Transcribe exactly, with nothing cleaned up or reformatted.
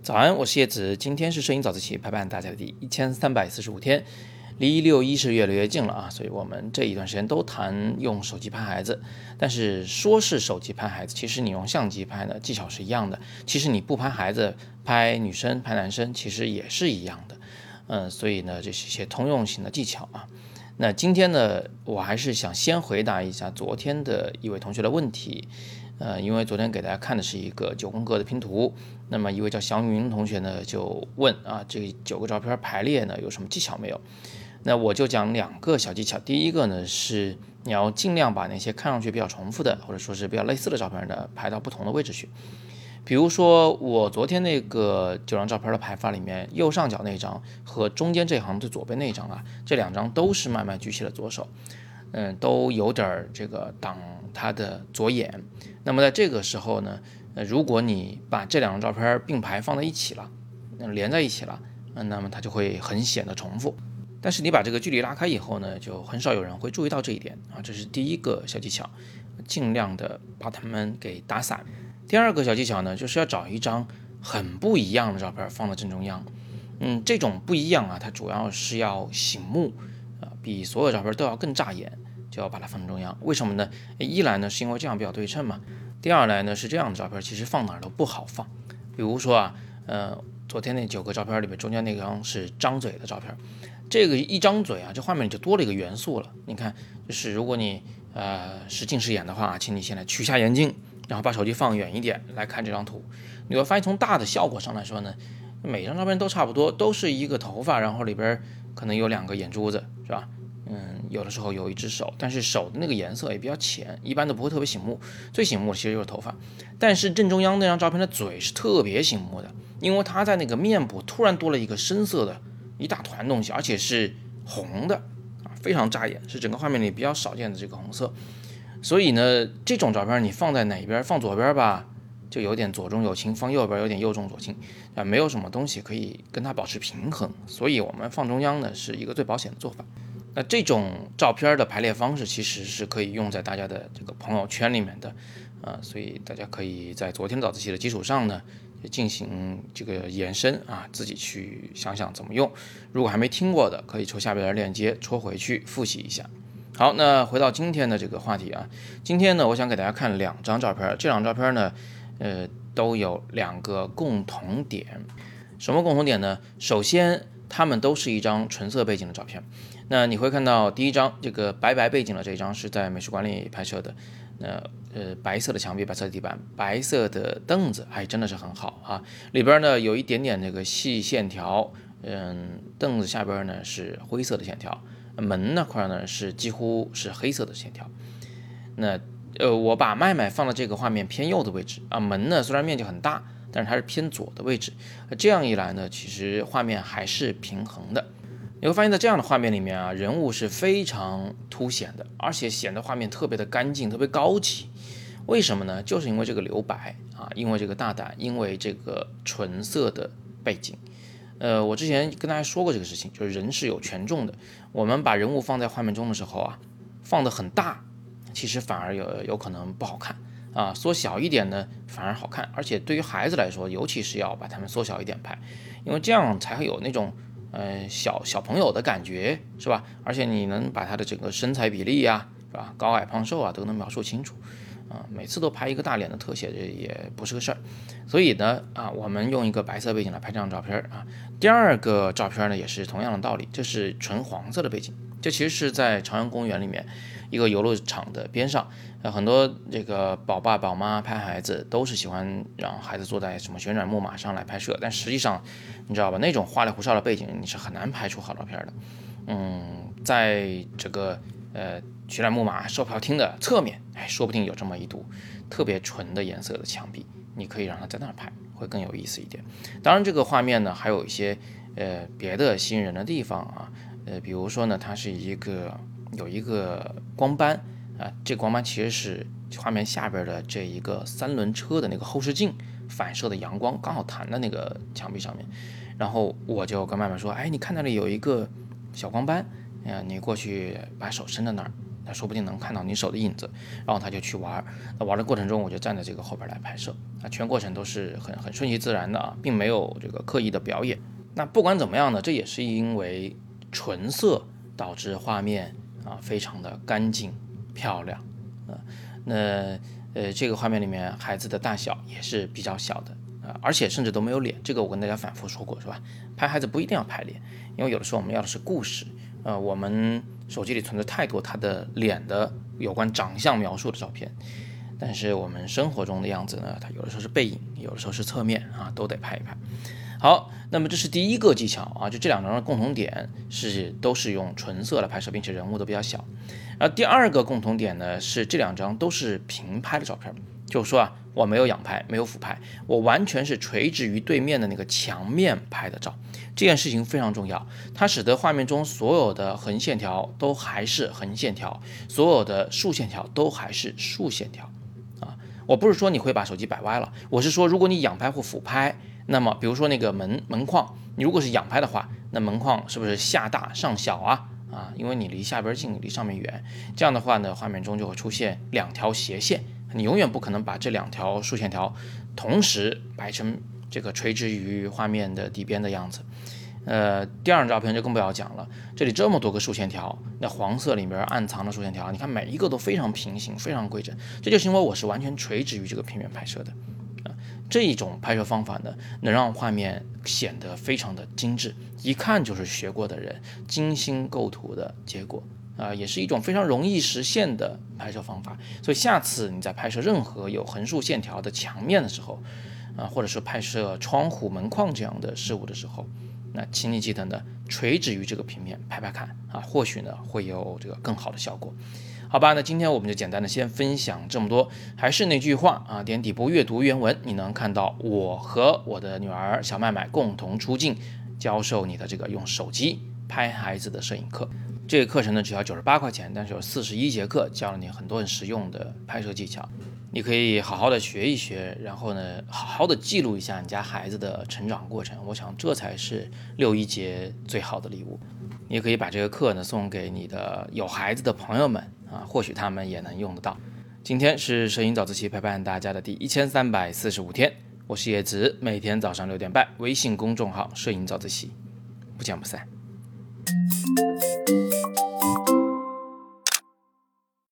早安，我是叶子，今天是摄影早自习陪伴大家的第一千三百四十五天，离六一是越来越近了啊，所以我们这一段时间都谈用手机拍孩子。但是说是手机拍孩子，其实你用相机拍呢，技巧是一样的。其实你不拍孩子，拍女生、拍男生，其实也是一样的。嗯，所以呢，这是一些通用型的技巧啊。那今天呢，我还是想先回答一下昨天的一位同学的问题。呃，因为昨天给大家看的是一个九宫格的拼图，那么一位叫祥云同学呢就问啊，这九个照片排列呢有什么技巧没有？那我就讲两个小技巧。第一个呢是你要尽量把那些看上去比较重复的，或者说是比较类似的照片呢排到不同的位置去。比如说我昨天那个九张照片的排法里面，右上角那张和中间这行最左边那张啊，这两张都是慢慢举起了左手，嗯，都有点这个挡他的左眼。那么在这个时候呢，呃，如果你把这两张照片并排放在一起了，连在一起了，呃、那么它就会很显得重复。但是你把这个距离拉开以后呢，就很少有人会注意到这一点啊，这是第一个小技巧，尽量的把它们给打散。第二个小技巧呢，就是要找一张很不一样的照片放在正中央。嗯，这种不一样啊，它主要是要醒目，呃，比所有照片都要更扎眼。就要把它放正中央，为什么呢？一来呢是因为这样比较对称嘛，第二来呢是这样的照片其实放哪儿都不好放。比如说啊，呃，昨天那九个照片里面中间那张是张嘴的照片，这个一张嘴啊，这画面里就多了一个元素了。你看，就是如果你呃是近视眼的话，请你现在取下眼镜，然后把手机放远一点来看这张图，你会发现从大的效果上来说呢，每张照片都差不多，都是一个头发，然后里边可能有两个眼珠子，是吧？嗯，有的时候有一只手，但是手的那个颜色也比较浅，一般都不会特别醒目。最醒目的其实就是头发，但是正中央那张照片的嘴是特别醒目的，因为它在那个面部突然多了一个深色的一大团东西，而且是红的啊，非常扎眼，是整个画面里比较少见的这个红色。所以呢，这种照片你放在哪边？放左边吧，就有点左中右轻；放右边有点右重左轻啊，没有什么东西可以跟它保持平衡。所以我们放中央呢是一个最保险的做法。那这种照片的排列方式其实是可以用在大家的这个朋友圈里面的，啊，所以大家可以在昨天早自习的基础上呢，进行这个延伸啊，自己去想想怎么用。如果还没听过的，可以戳下边的链接，戳回去复习一下。好，那回到今天的这个话题啊，今天呢，我想给大家看两张照片，这两张照片呢，呃，都有两个共同点。什么共同点呢？首先，它们都是一张纯色背景的照片。那你会看到第一张这个白白背景的这一张是在美术馆里拍摄的，那呃白色的墙壁、白色的地板、白色的凳子，还真的是很好啊。里边呢有一点点这个细线条，嗯，凳子下边呢是灰色的线条，门那块呢是几乎是黑色的线条。那呃我把麦麦放到这个画面偏右的位置啊，门呢虽然面积很大，但是它是偏左的位置，这样一来呢，其实画面还是平衡的。你会发现在这样的画面里面啊，人物是非常凸显的，而且显得画面特别的干净，特别高级。为什么呢？就是因为这个留白啊，因为这个大胆，因为这个纯色的背景。呃，我之前跟大家说过这个事情，就是人是有权重的。我们把人物放在画面中的时候啊，放得很大，其实反而有有可能不好看啊。缩小一点呢，反而好看。而且对于孩子来说，尤其是要把它们缩小一点拍，因为这样才会有那种。呃，小小朋友的感觉是吧？而且你能把他的整个身材比例呀、啊，是吧？高矮胖瘦啊，都能描述清楚。啊、呃，每次都拍一个大脸的特写，这也不是个事儿。所以呢，啊，我们用一个白色背景来拍这张照片啊。第二个照片呢，也是同样的道理，这是纯黄色的背景。这其实是在朝阳公园里面一个游乐场的边上，呃，很多这个宝爸宝妈拍孩子都是喜欢让孩子坐在什么旋转木马上来拍摄，但实际上你知道吧，那种花里胡哨的背景你是很难拍出好照片的。嗯，在这个呃旋转木马售票厅的侧面，哎，说不定有这么一堵特别纯的颜色的墙壁，你可以让它在那儿拍，会更有意思一点。当然，这个画面呢还有一些呃别的吸引人的地方啊。呃，比如说呢，它是一个有一个光斑啊，这光斑其实是画面下边的这一个三轮车的那个后视镜反射的阳光，刚好弹在那个墙壁上面。然后我就跟麦麦说，哎，你看那里有一个小光斑，呃，你过去把手伸到那儿， 他说不定能看到你手的影子，然后他就去玩。那玩的过程中，我就站在这个后边来拍摄啊，全过程都是很很顺其自然的啊，并没有这个刻意的表演。那不管怎么样呢，这也是因为纯色导致画面啊非常的干净漂亮啊。那呃这个画面里面孩子的大小也是比较小的。啊，而且甚至都没有脸，这个我跟大家反复说过，是吧？拍孩子不一定要拍脸，因为有的时候我们要的是故事。呃，我们手机里存在太多他的脸的有关长相描述的照片，但是我们生活中的样子呢，它有的时候是背影，有的时候是侧面啊，都得拍一拍。好，那么这是第一个技巧啊，就这两张的共同点是都是用纯色来拍摄，并且人物都比较小。然后第二个共同点呢是这两张都是平拍的照片，就是说啊，我没有仰拍，没有俯拍，我完全是垂直于对面的那个墙面拍的照。这件事情非常重要，它使得画面中所有的横线条都还是横线条，所有的竖线条都还是竖线条啊。我不是说你会把手机摆歪了，我是说如果你仰拍或俯拍，那么比如说那个门门框，你如果是仰拍的话，那门框是不是下大上小啊？啊，因为你离下边近，离上面远，这样的话呢，画面中就会出现两条斜线，你永远不可能把这两条竖线条同时摆成这个垂直于画面的底边的样子。呃，第二张照片就更不要讲了，这里这么多个竖线条，那黄色里面暗藏的竖线条，你看每一个都非常平行，非常规整，这就是因为我是完全垂直于这个平面拍摄的。这一种拍摄方法呢，能让画面显得非常的精致，一看就是学过的人精心构图的结果啊、呃，也是一种非常容易实现的拍摄方法。所以下次你在拍摄任何有横竖线条的墙面的时候，啊、呃，或者是拍摄窗户、门框这样的事物的时候，那请你记得呢，垂直于这个平面拍拍看啊，或许呢会有这个更好的效果。好吧，那今天我们就简单的先分享这么多。还是那句话啊，点底部阅读原文，你能看到我和我的女儿小麦麦共同出镜，教授你的这个用手机拍孩子的摄影课。这个课程呢只要九十八块钱，但是有四十一节课，教了你很多很实用的拍摄技巧。你可以好好的学一学，然后呢，好好的记录一下你家孩子的成长过程。我想这才是六一节最好的礼物。你也可以把这个课呢送给你的有孩子的朋友们啊，或许他们也能用得到。今天是摄影早自习陪伴大家的第一千三百四十五天，我是叶子，每天早上六点半，微信公众号摄影早自习，不见不散。